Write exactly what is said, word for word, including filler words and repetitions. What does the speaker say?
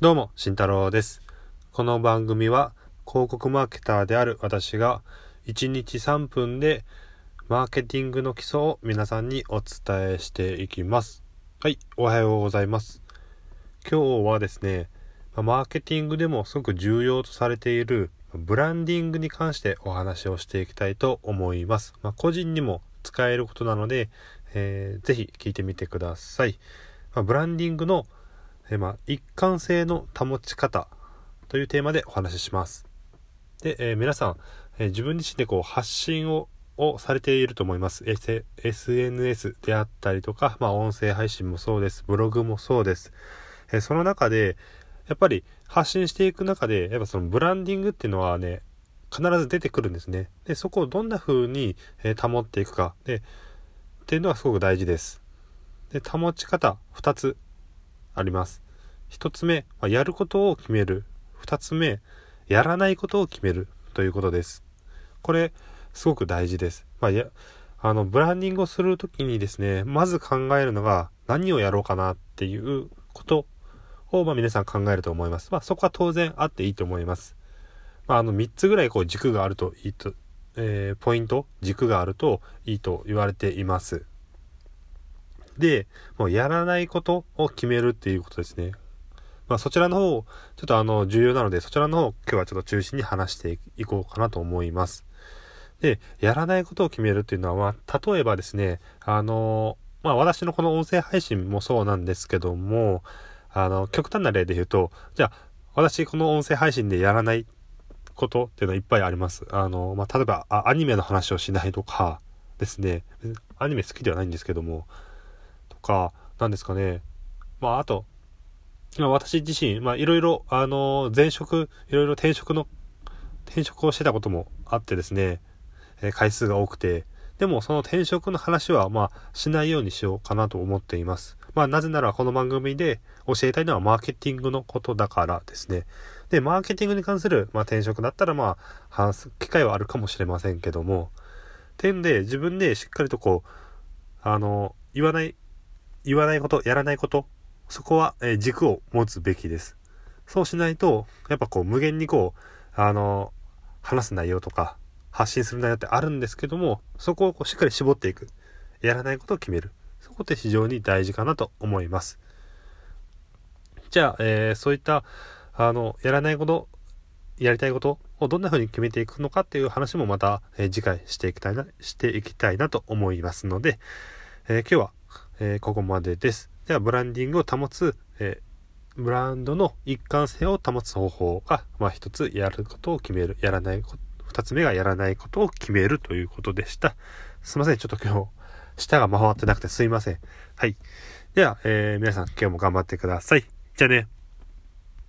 どうも、慎太郎です。この番組は広告マーケターである私がいちにちさんぷんでマーケティングの基礎を皆さんにお伝えしていきます。はい、おはようございます。今日はですね、マーケティングでもすごく重要とされているブランディングに関してお話をしていきたいと思います。まあ、個人にも使えることなので、えー、ぜひ聞いてみてください。まあ、ブランディングのえまあ、一貫性の保ち方というテーマでお話しします。で、えー、皆さん、えー、自分自身でこう発信ををされていると思います。エスエヌエス であったりとか、まあ、音声配信もそうです。ブログもそうです。えー、その中でやっぱり発信していく中でやっぱそのブランディングっていうのはね必ず出てくるんですね。で、そこをどんな風に、えー、保っていくかでっていうのはすごく大事です。で、保ち方ふたつあります。一つ目、やることを決める。二つ目、やらないことを決めるということです。これすごく大事です。まあ、やあのブランディングをするときにですね、まず考えるのが何をやろうかなっていうことを、まあ、皆さん考えると思います。まあ、そこは当然あっていいと思います。まあ、あのみっつぐらいこう軸があるといいと、えー、ポイント軸があるといいと言われています。で、もうやらないことを決めるっていうことですね。まあそちらの方、ちょっとあの重要なので、そちらの方今日はちょっと中心に話していこうかなと思います。で、やらないことを決めるっていうのは、まあ例えばですね、あの、まあ私のこの音声配信もそうなんですけども、あの、極端な例で言うと、じゃあ私この音声配信でやらないことっていうのはいっぱいあります。あの、まあ例えばあアニメの話をしないとかですね、アニメ好きではないんですけども、とか、なんですかね。まあ、あと、まあ、私自身、まあ、いろいろ、あの、前職、いろいろ転職の、転職をしてたこともあってですね、えー回数が多くて、でもその転職の話は、まあ、しないようにしようかなと思っています。まあ、なぜならこの番組で教えたいのはマーケティングのことだからですね。で、マーケティングに関する、まあ、転職だったら、まあ、話す機会はあるかもしれませんけども、点で自分でしっかりとこう、あの、言わない、言わないこと、やらないこと、そこは、えー軸を持つべきです。そうしないと、やっぱこう無限にこう、あの、話す内容とか、発信する内容ってあるんですけども、そこをこうしっかり絞っていく。やらないことを決める。そこって非常に大事かなと思います。じゃあ、えーそういった、あの、やらないこと、やりたいことをどんな風に決めていくのかっていう話もまた、えー次回していきたいな、していきたいなと思いますので、えー今日は、えーここまでです。では、ブランディングを保つ、えーブランドの一貫性を保つ方法が、まあ一つやることを決める。やらないこと。二つ目がやらないことを決めるということでした。すいません。ちょっと今日、舌が回ってなくてすいません。はい。では、えー皆さん今日も頑張ってください。じゃあね。